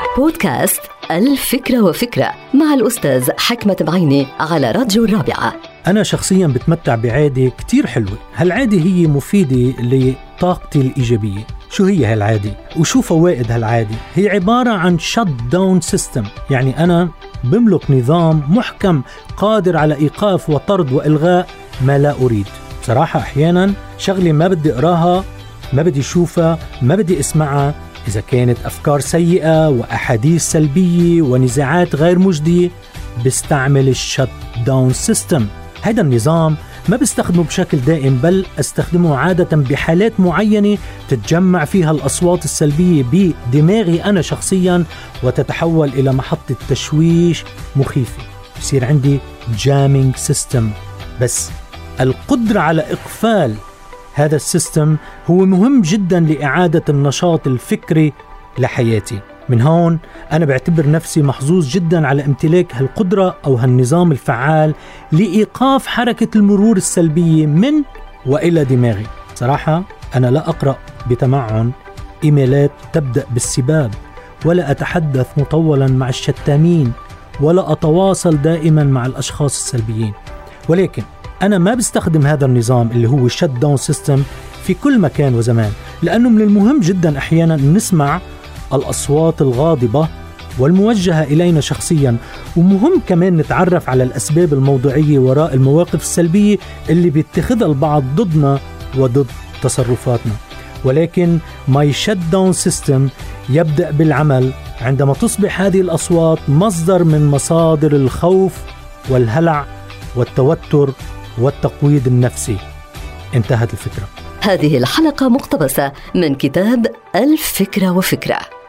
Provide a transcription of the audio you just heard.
بودكاست الفكرة وفكرة مع الأستاذ حكمة بعيني على راديو الرابعة. أنا شخصياً بتمتع بعادة كتير حلوة. هالعادة هي مفيدة لطاقتي الإيجابية. شو هي هالعادة؟ وشو فوائد هالعادة؟ هي عبارة عن shut down system، يعني أنا بملك نظام محكم قادر على إيقاف وطرد وإلغاء ما لا أريد. بصراحة أحياناً شغلة ما بدي أقراها، ما بدي أشوفها، ما بدي أسمعها، إذا كانت أفكار سيئة وأحاديث سلبية ونزاعات غير مجدية، بستعمل الشت داون سيستم. هذا النظام ما بستخدمه بشكل دائم، بل استخدمه عادة بحالات معينة تتجمع فيها الأصوات السلبية بدماغي أنا شخصيا وتتحول إلى محطة تشويش مخيفة. يصير عندي جامينج سيستم. بس القدرة على إقفال هذا السيستم هو مهم جدا لإعادة النشاط الفكري لحياتي. من هون أنا بعتبر نفسي محظوظ جدا على امتلاك هالقدرة أو هالنظام الفعال لإيقاف حركة المرور السلبية من وإلى دماغي. صراحة أنا لا أقرأ بتمعن إيميلات تبدأ بالسباب، ولا أتحدث مطولا مع الشتامين، ولا أتواصل دائما مع الأشخاص السلبيين. ولكن أنا ما بستخدم هذا النظام اللي هو الشت داون سيستم في كل مكان وزمان، لأنه من المهم جدا أحيانا نسمع الأصوات الغاضبة والموجهة إلينا شخصيا، ومهم كمان نتعرف على الأسباب الموضوعية وراء المواقف السلبية اللي بيتخذها البعض ضدنا وضد تصرفاتنا. ولكن my shutdown system يبدأ بالعمل عندما تصبح هذه الأصوات مصدر من مصادر الخوف والهلع والتوتر والتقويض النفسي. انتهت الفكرة. هذه الحلقة مقتبسة من كتاب الفكرة وفكرة.